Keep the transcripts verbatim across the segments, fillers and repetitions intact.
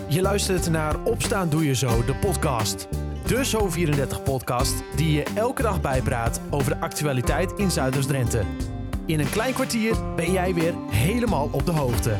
Je luistert naar Opstaan Doe Je Zo, de podcast. De Zo vierendertig podcast die je elke dag bijpraat over de actualiteit in Zuidoost-Drenthe. In een klein kwartier ben jij weer helemaal op de hoogte.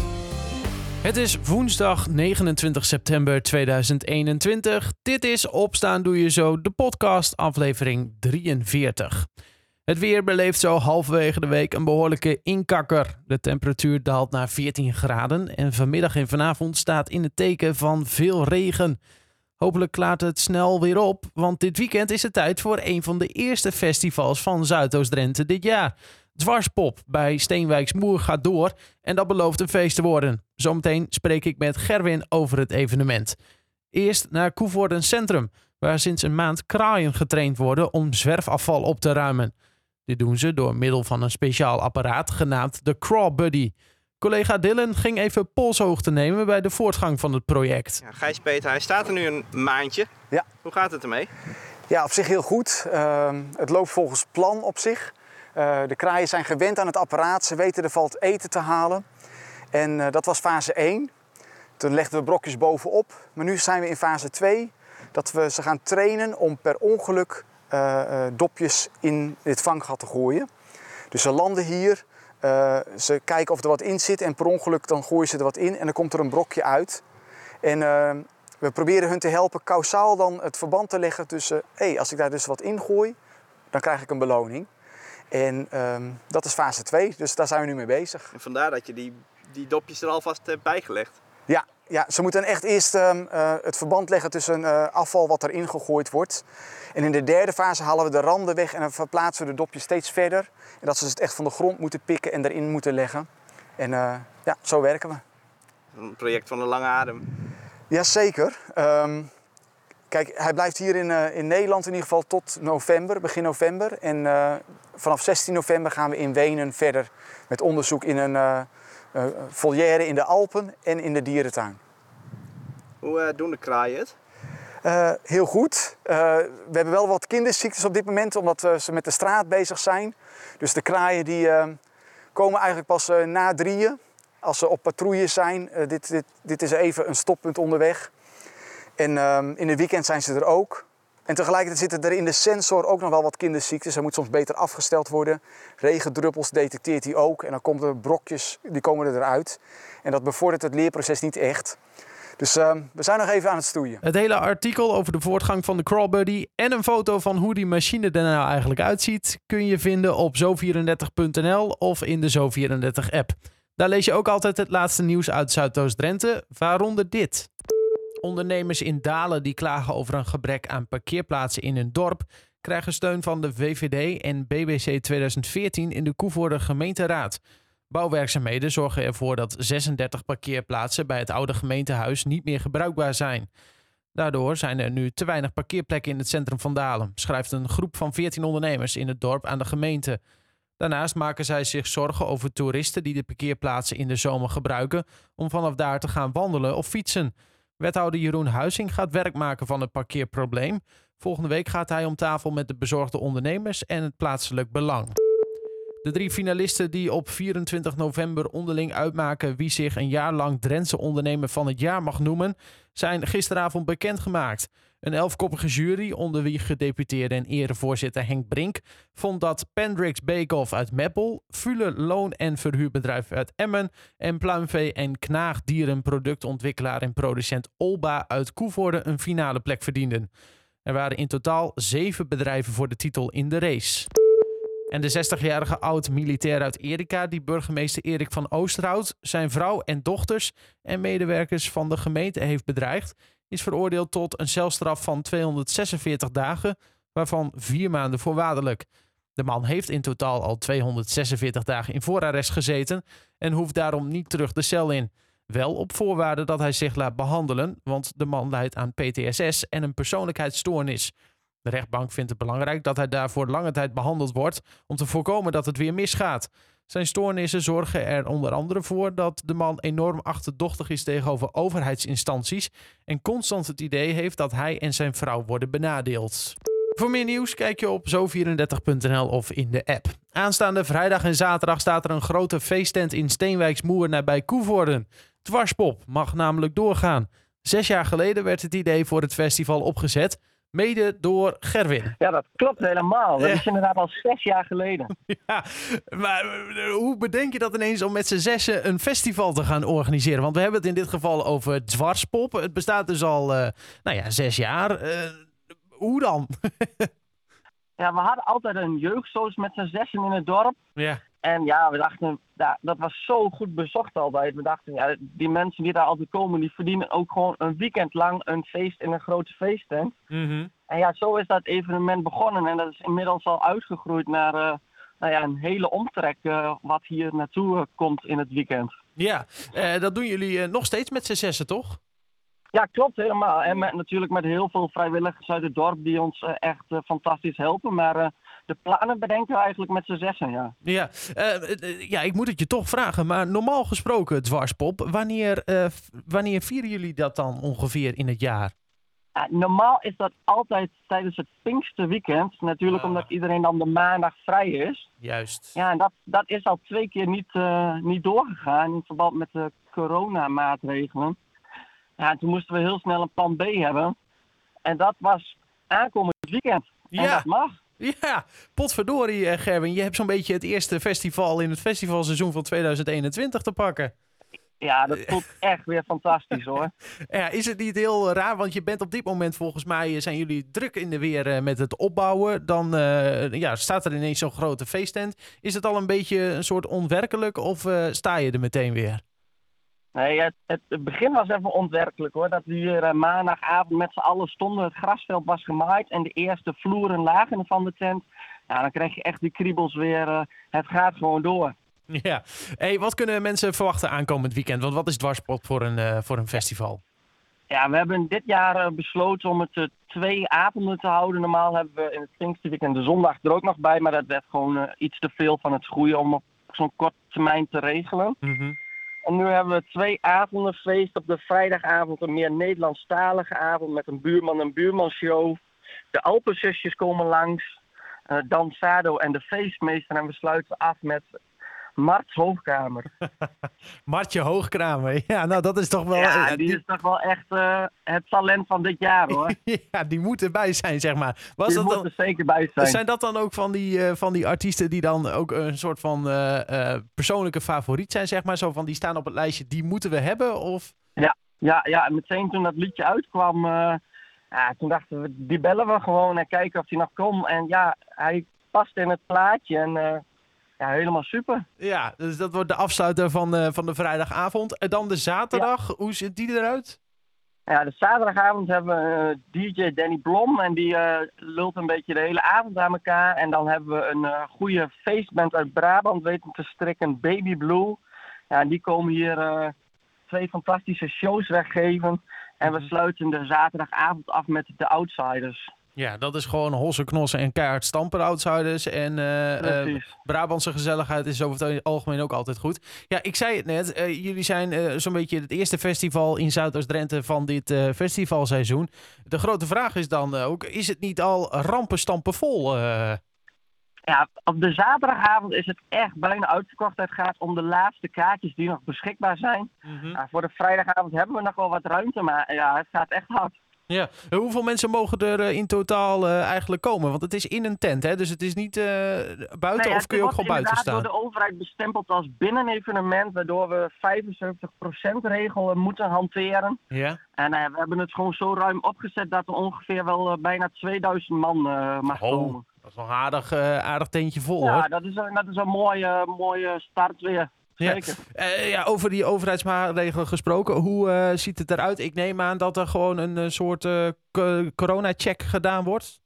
Het is woensdag negenentwintig september tweeduizend eenentwintig. Dit is Opstaan Doe Je Zo, de podcast, aflevering drieënveertig. Het weer beleeft zo halverwege de week een behoorlijke inkakker. De temperatuur daalt naar veertien graden en vanmiddag en vanavond staat in het teken van veel regen. Hopelijk klaart het snel weer op, want dit weekend is het tijd voor een van de eerste festivals van Zuidoost-Drenthe dit jaar. Dwarspop bij Steenwijksmoer gaat door en dat belooft een feest te worden. Zometeen spreek ik met Gerwin over het evenement. Eerst naar Coevorden Centrum, waar sinds een maand kraaien getraind worden om zwerfafval op te ruimen. Dit doen ze door middel van een speciaal apparaat genaamd de Craw Buddy. Collega Dylan ging even polshoogte nemen bij de voortgang van het project. Ja, Gijs Peter, hij staat er nu een maandje. Ja. Hoe gaat het ermee? Ja, op zich heel goed. Uh, het loopt volgens plan op zich. Uh, de kraaien zijn gewend aan het apparaat. Ze weten er valt eten te halen. En uh, dat was fase één. Toen legden we brokjes bovenop. Maar nu zijn we in fase twee. Dat we ze gaan trainen om per ongeluk uh, uh, dopjes in dit vanggat te gooien. Dus ze landen hier. Uh, ze kijken of er wat in zit. En per ongeluk dan gooien ze er wat in. En dan komt er een brokje uit. En uh, we proberen hun te helpen kausaal dan het verband te leggen tussen... hé, hey, als ik daar dus wat in gooi, dan krijg ik een beloning. En um, dat is fase twee, dus daar zijn we nu mee bezig. En vandaar dat je die, die dopjes er alvast hebt bijgelegd. Ja, ja, ze moeten echt eerst um, uh, het verband leggen tussen uh, afval wat erin gegooid wordt. En in de derde fase halen we de randen weg en dan verplaatsen we de dopjes steeds verder. En dat ze het echt van de grond moeten pikken en erin moeten leggen. En uh, ja, zo werken we. Een project van de lange adem. Jazeker. Um, Kijk, hij blijft hier in, uh, in Nederland in ieder geval tot november, begin november. En uh, vanaf zestien november gaan we in Wenen verder met onderzoek in een uh, uh, volière in de Alpen en in de dierentuin. Hoe uh, doen de kraaien het? Uh, heel goed. Uh, we hebben wel wat kinderziektes op dit moment, omdat uh, ze met de straat bezig zijn. Dus de kraaien die, uh, komen eigenlijk pas uh, na drieën, als ze op patrouille zijn. Uh, dit, dit, dit is even een stoppunt onderweg. En um, in het weekend zijn ze er ook. En tegelijkertijd zitten er in de sensor ook nog wel wat kinderziektes. Hij moet soms beter afgesteld worden. Regendruppels detecteert hij ook. En dan komen er brokjes, die komen er eruit. En dat bevordert het leerproces niet echt. Dus uh, we zijn nog even aan het stoeien. Het hele artikel over de voortgang van de Craw Buddy en een foto van hoe die machine er nou eigenlijk uitziet kun je vinden op zo vierendertig punt n l of in de Zo vierendertig app. Daar lees je ook altijd het laatste nieuws uit Zuidoost-Drenthe, waaronder dit. Ondernemers in Dalen die klagen over een gebrek aan parkeerplaatsen in hun dorp krijgen steun van de V V D en B B C tweeduizend veertien in de Coevorden gemeenteraad. Bouwwerkzaamheden zorgen ervoor dat zesendertig parkeerplaatsen bij het oude gemeentehuis niet meer gebruikbaar zijn. Daardoor zijn er nu te weinig parkeerplekken in het centrum van Dalen, schrijft een groep van veertien ondernemers in het dorp aan de gemeente. Daarnaast maken zij zich zorgen over toeristen die de parkeerplaatsen in de zomer gebruiken om vanaf daar te gaan wandelen of fietsen. Wethouder Jeroen Huizing gaat werk maken van het parkeerprobleem. Volgende week gaat hij om tafel met de bezorgde ondernemers en het plaatselijk belang. De drie finalisten die op vierentwintig november onderling uitmaken wie zich een jaar lang Drentse ondernemer van het jaar mag noemen, zijn gisteravond bekendgemaakt. Een elfkoppige jury, onder wie gedeputeerde en erevoorzitter Henk Brink, vond dat Pendrix Beekhoff uit Meppel, Fuller Loon- en Verhuurbedrijf uit Emmen en Pluimvee- en Knaagdierenproductontwikkelaar en producent Olba uit Coevorden een finale plek verdienden. Er waren in totaal zeven bedrijven voor de titel in de race. En de zestigjarige oud-militair uit Erika, die burgemeester Erik van Oosterhout, zijn vrouw en dochters en medewerkers van de gemeente heeft bedreigd, is veroordeeld tot een celstraf van tweehonderdzesenveertig dagen, waarvan vier maanden voorwaardelijk. De man heeft in totaal al tweehonderdzesenveertig dagen in voorarrest gezeten en hoeft daarom niet terug de cel in. Wel op voorwaarde dat hij zich laat behandelen, want de man lijdt aan P T S S en een persoonlijkheidsstoornis. De rechtbank vindt het belangrijk dat hij daarvoor lange tijd behandeld wordt om te voorkomen dat het weer misgaat. Zijn stoornissen zorgen er onder andere voor dat de man enorm achterdochtig is tegenover overheidsinstanties en constant het idee heeft dat hij en zijn vrouw worden benadeeld. Voor meer nieuws kijk je op zo vierendertig punt n l of in de app. Aanstaande vrijdag en zaterdag staat er een grote feesttent in Steenwijksmoer nabij Coevorden. Dwarspop mag namelijk doorgaan. Zes jaar geleden werd het idee voor het festival opgezet, mede door Gerwin. Ja, dat klopt helemaal. Dat Ja. is inderdaad al zes jaar geleden. Ja, maar uh, hoe bedenk je dat ineens om met z'n zessen een festival te gaan organiseren? Want we hebben het in dit geval over Dwarspop. Het bestaat dus al, uh, nou ja, zes jaar. Uh, hoe dan? Ja, we hadden altijd een jeugdsoos met z'n zessen in het dorp. Ja. En ja, we dachten, ja, dat was zo goed bezocht altijd. We dachten, ja, die mensen die daar altijd komen, die verdienen ook gewoon een weekend lang een feest in een grote feesttent. Mm-hmm. En ja, zo is dat evenement begonnen. En dat is inmiddels al uitgegroeid naar uh, nou ja, een hele omtrek uh, wat hier naartoe uh, komt in het weekend. Ja, uh, dat doen jullie uh, nog steeds met z'n zessen, toch? Ja, klopt helemaal. En met, natuurlijk met heel veel vrijwilligers uit het dorp die ons uh, echt uh, fantastisch helpen. Maar uh, de plannen bedenken we eigenlijk met z'n zessen, ja. Ja, uh, uh, ja, ik moet het je toch vragen. Maar normaal gesproken, Dwarspop, wanneer, uh, wanneer vieren jullie dat dan ongeveer in het jaar? Uh, normaal is dat altijd tijdens het Pinksterweekend. Natuurlijk Ah. omdat iedereen dan de maandag vrij is. Juist. Ja, en dat, dat is al twee keer niet, uh, niet doorgegaan in verband met de coronamaatregelen. Ja, en toen moesten we heel snel een plan B hebben. En dat was aankomend weekend. En Ja. dat mag. Ja, potverdorie uh, Gerwin. Je hebt zo'n beetje het eerste festival in het festivalseizoen van tweeduizend eenentwintig te pakken. Ja, dat voelt echt weer fantastisch hoor. Ja, is het niet heel raar? Want je bent op dit moment volgens mij, zijn jullie druk in de weer uh, met het opbouwen. Dan uh, ja, staat er ineens zo'n grote feesttent. Is het al een beetje een soort onwerkelijk of uh, sta je er meteen weer? Nee, het, het, het begin was even onwerkelijk hoor. Dat we hier uh, maandagavond met z'n allen stonden. Het grasveld was gemaaid en de eerste vloeren lagen van de tent. Ja, dan krijg je echt die kriebels weer. Uh, het gaat gewoon door. Ja. Hey, wat kunnen mensen verwachten aankomend weekend? Want wat is Dwarspop voor een, uh, voor een festival? Ja, we hebben dit jaar uh, besloten om het uh, twee avonden te houden. Normaal hebben we in het Pinksterweekend de zondag er ook nog bij. Maar dat werd gewoon uh, iets te veel van het goede om op zo'n korte termijn te regelen. Mm-hmm. En nu hebben we twee avonden feest. Op de vrijdagavond een meer Nederlandstalige avond met een buurman en buurmanshow. De Alpenzusjes komen langs. Uh, Dan Sado en de feestmeester. En we sluiten af met Mart Hoogkamer. Martje Hoogkramer. Ja, nou dat is toch wel... Ja, uh, die die, is toch wel echt uh, het talent van dit jaar hoor. ja, die moet erbij zijn, zeg maar. Was Die dat moet dan... er zeker bij zijn. Zijn dat dan ook van die, uh, van die artiesten die dan ook een soort van uh, uh, persoonlijke favoriet zijn, zeg maar? Zo van, die staan op het lijstje, die moeten we hebben? Of... Ja, ja, ja, en meteen toen dat liedje uitkwam, uh, ja, toen dachten we, die bellen we gewoon en kijken of hij nog komt. En ja, hij past in het plaatje en uh, ja, helemaal super. Ja, dus dat wordt de afsluiter van, uh, van de vrijdagavond. En dan de zaterdag, ja. Hoe ziet die eruit? Ja, de zaterdagavond hebben we uh, D J Danny Blom en die uh, lult een beetje de hele avond aan elkaar. En dan hebben we een uh, goede feestband uit Brabant weten te strikken, Baby Blue. Ja, en die komen hier uh, twee fantastische shows weggeven. En we sluiten de zaterdagavond af met de Outsiders. Ja, dat is gewoon hossen, knossen en keihard stamper Outsiders. En uh, uh, Brabantse gezelligheid is over het algemeen ook altijd goed. Ja, ik zei het net. Uh, jullie zijn uh, zo'n beetje het eerste festival in Zuidoost-Drenthe van dit uh, festivalseizoen. De grote vraag is dan ook, is het niet al rampenstampen vol? Uh... Ja, op de zaterdagavond is het echt bijna uitverkocht. Het gaat om de laatste kaartjes die nog beschikbaar zijn. Mm-hmm. Uh, voor de vrijdagavond hebben we nog wel wat ruimte, maar ja, het gaat echt hard. Ja, hoeveel mensen mogen er uh, in totaal uh, eigenlijk komen? Want het is in een tent, hè? Dus het is niet uh, buiten, nee, of kun je ook gewoon buiten staan? Het wordt door de overheid bestempeld als binnenevenement, waardoor we vijfenzeventig procent regel moeten hanteren. Ja. En uh, we hebben het gewoon zo ruim opgezet dat er ongeveer wel uh, bijna tweeduizend man uh, mag oh, komen. Dat is nog een aardig, uh, aardig tentje vol, ja, hoor. Ja, dat is, uh, dat is een mooie, mooie start weer. Ja. Uh, ja, over die overheidsmaatregelen gesproken, hoe uh, ziet het eruit? Ik neem aan dat er gewoon een uh, soort uh, c- corona-check gedaan wordt.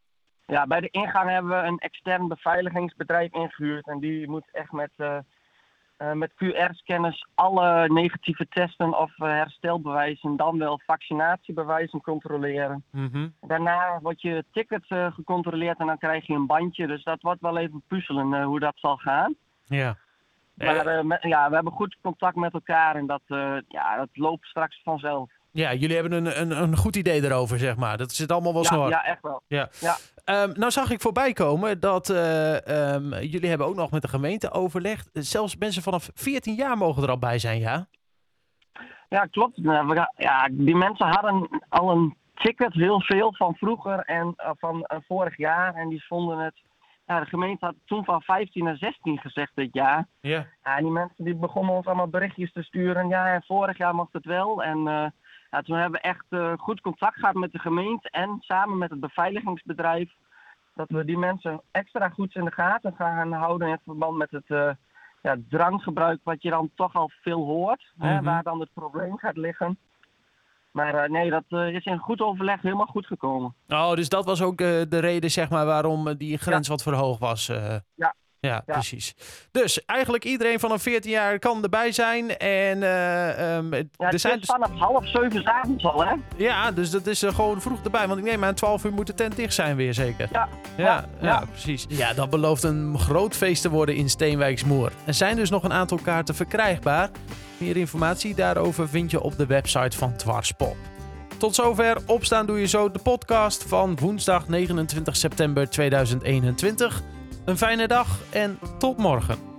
Ja, bij de ingang hebben we een extern beveiligingsbedrijf ingehuurd. En die moet echt met, uh, uh, met Q R-scanners alle negatieve testen of uh, herstelbewijzen, dan wel vaccinatiebewijzen controleren. Mm-hmm. Daarna wordt je ticket uh, gecontroleerd en dan krijg je een bandje. Dus dat wordt wel even puzzelen uh, hoe dat zal gaan. Ja. Maar uh, met, ja, we hebben goed contact met elkaar en dat, uh, ja, dat loopt straks vanzelf. Ja, jullie hebben een, een, een goed idee erover, zeg maar. Dat zit allemaal wel ja, snor. Ja, echt wel. Ja. Ja. Um, nou zag ik voorbij komen dat uh, um, jullie hebben ook nog met de gemeente overlegd. Zelfs mensen vanaf veertien jaar mogen er al bij zijn, ja? Ja, klopt. Nou, we, ja, die mensen hadden al een ticket, heel veel van vroeger en uh, van uh, vorig jaar. En die vonden het... Ja, de gemeente had toen van vijftien naar zestien gezegd dit jaar. Ja. Ja, en die mensen die begonnen ons allemaal berichtjes te sturen. Ja, en vorig jaar mocht het wel. En uh, ja, toen hebben we echt uh, goed contact gehad met de gemeente en samen met het beveiligingsbedrijf. Dat we die mensen extra goed in de gaten gaan houden in verband met het uh, ja, drankgebruik wat je dan toch al veel hoort. Mm-hmm. Hè, waar dan het probleem gaat liggen. Maar uh, nee, dat uh, is in goed overleg helemaal goed gekomen. Oh, dus dat was ook uh, de reden, zeg maar, waarom die grens ja. wat verhoogd was. Uh, ja. ja. Ja, precies. Dus eigenlijk iedereen vanaf veertien jaar kan erbij zijn. En uh, um, ja, er het zijn is vanaf dus... half zeven 's avonds al, hè? Ja, dus dat is uh, gewoon vroeg erbij. Want ik neem aan twaalf uur moet de tent dicht zijn weer, zeker? Ja. Ja, ja, ja, ja. precies. Ja, dat belooft een groot feest te worden in Steenwijksmoer. Er zijn dus nog een aantal kaarten verkrijgbaar. Meer informatie daarover vind je op de website van Dwarspop. Tot zover Opstaan Doe Je Zo, de podcast van woensdag negenentwintig september tweeduizend eenentwintig. Een fijne dag en tot morgen.